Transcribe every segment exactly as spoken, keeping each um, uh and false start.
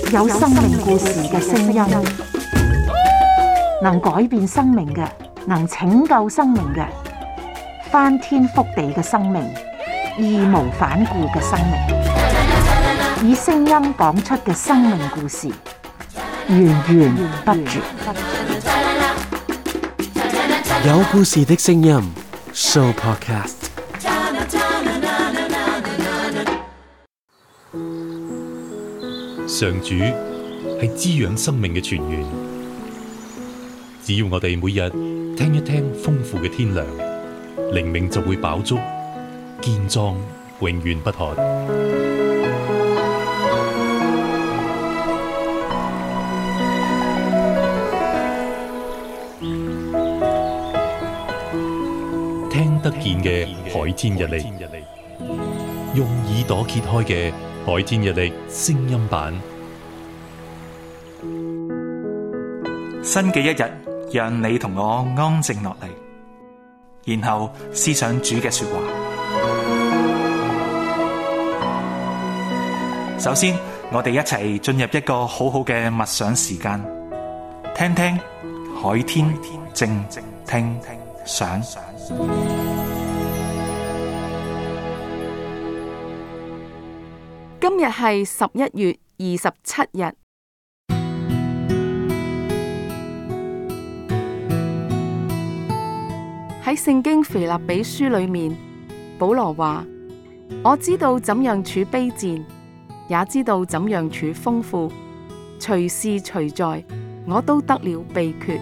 有生命故事嘅聲音，能改變生命嘅，能拯救生命嘅，翻天覆地嘅生命，義無反顧嘅生命，以聲音講出嘅生命故事，源源不絕。 有故事的聲音 Show Podcast。 上主係滋養生命嘅泉源，只要我哋每日聽一聽豐富嘅天糧，靈命就會飽足，健壯永遠不渴。聽得見嘅海天日曆，用耳朵揭開嘅海天日曆聲音版。 新嘅一日，讓你同我安靜落嚟，然後思想主嘅說話。首先，我哋一齊進入一個好好嘅默想時間，聽聽海天靜聽想。 今日係十一月二十七日。喺聖經腓立比書裏面，保羅話：我知道怎樣處卑賤，也知道怎樣處豐富，隨事隨在，我都得了秘訣。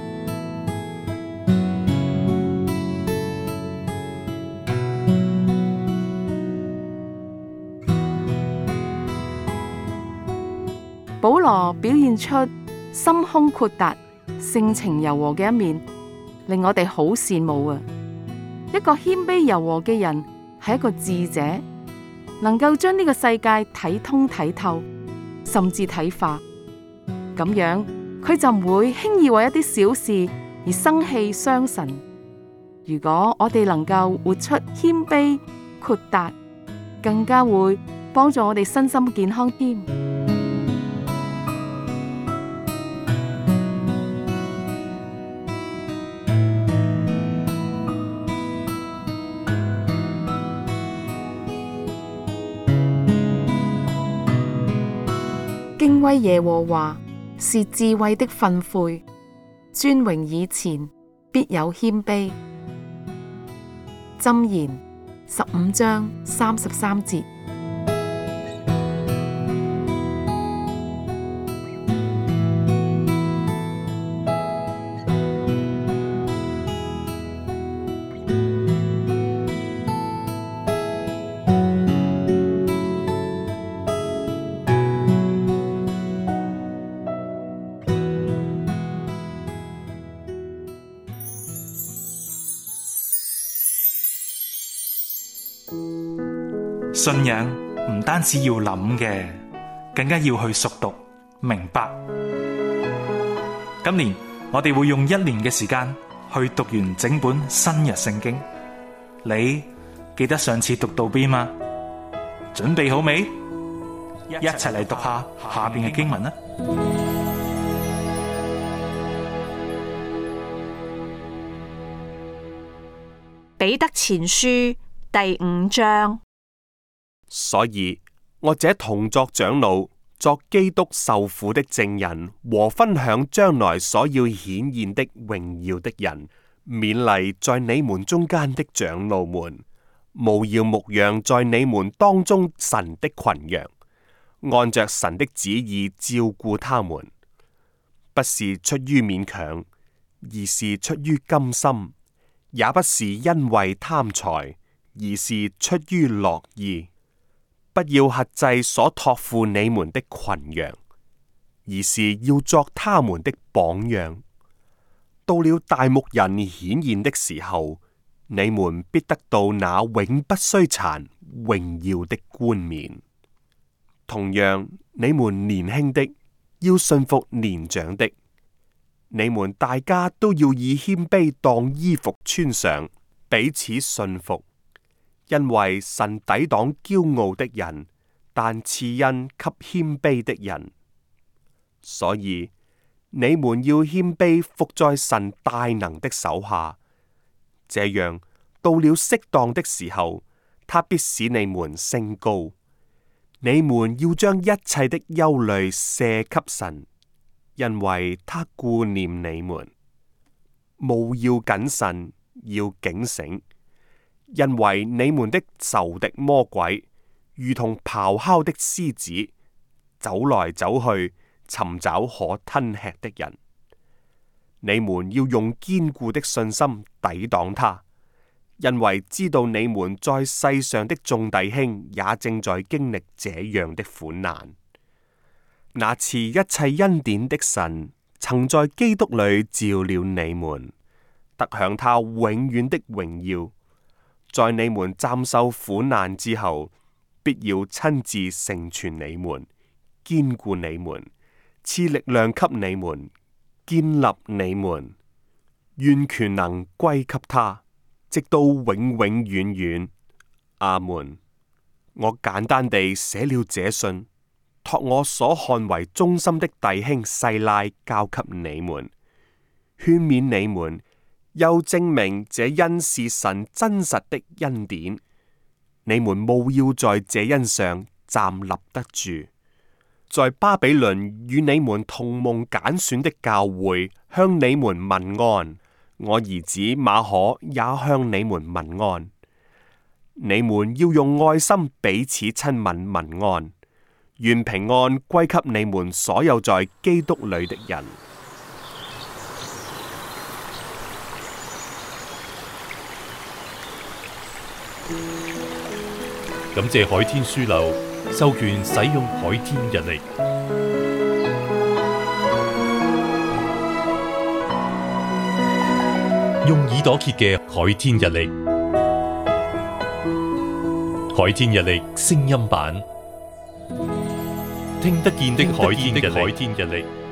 保羅表現出心胸豁達、性情柔和嘅一面，令我哋好羨慕啊！一個謙卑柔和嘅人係一個智者，能夠將呢個世界睇通睇透，甚至睇化。咁樣佢就唔會輕易為一啲小事而生氣傷神。如果我哋能夠活出謙卑豁達，更加會幫助我哋身心健康添。敬畏耶和華是智慧的訓誨，尊榮以前必有謙卑。箴言十五章三十三節。 信仰唔單止要諗嘅，更加要去熟讀明白。今年我哋會用一年嘅時間去讀完整本新約聖經。你記得上次讀到邊嗎？準備好未？一齊嚟讀下下邊嘅經文啦。 彼得前書第五章。 所以我這同作長老、作基督受苦的證人和分享將來所要顯現的榮耀的人，勉勵在你們中間的長老們，務要牧養在你們當中神的群羊，按着神的旨意照顧他們，不是出於勉強，而是出於甘心，也不是因為貪財，而是出於樂意。不要轄制所託付你們的群羊，而是要作他們的榜樣。到了大牧人顯現的時候，你們必得到那永不衰殘、榮耀的冠冕。同樣，你們年輕的要順服年長的，你們大家都要以謙卑當衣服穿上，彼此順服。因為神抵擋驕傲的人，但賜恩給謙卑的人。 所以你們要謙卑服在神大能的手下，這樣到了適當的時候，他必使你們升高。你們要將一切的憂慮卸給神，因為他顧念你們。務要謹慎，要警醒，因為你們的仇敵魔鬼如同咆哮的獅子，走來走去，尋找可吞吃的人。你們要用堅固的信心抵擋他，因為知道你們在世上的眾弟兄也正在經歷這樣的苦難。那賜一切恩典的神，曾在基督裏召了你們，得享他永遠的榮耀。在你們暫受苦難之後，必要親自成全你們，堅固你們，賜力量給你們，建立你們。願權能歸給他，直到永永遠遠。阿門。我簡單地寫了這信，託我所看為忠心的弟兄西拉交給你們，勸勉你們，又證明這恩是神真實的恩典。你們務要在這恩上站立得住。在巴比倫與你們同蒙揀選的教會向你們問安，我兒子馬可也向你們問安。你們要用愛心彼此親吻問安。願平安歸給你們所有在基督裏的人。 感謝海天書樓授權使用海天日曆，用耳朵揭嘅海天日曆，海天日曆聲音版，聽得見的海天日曆。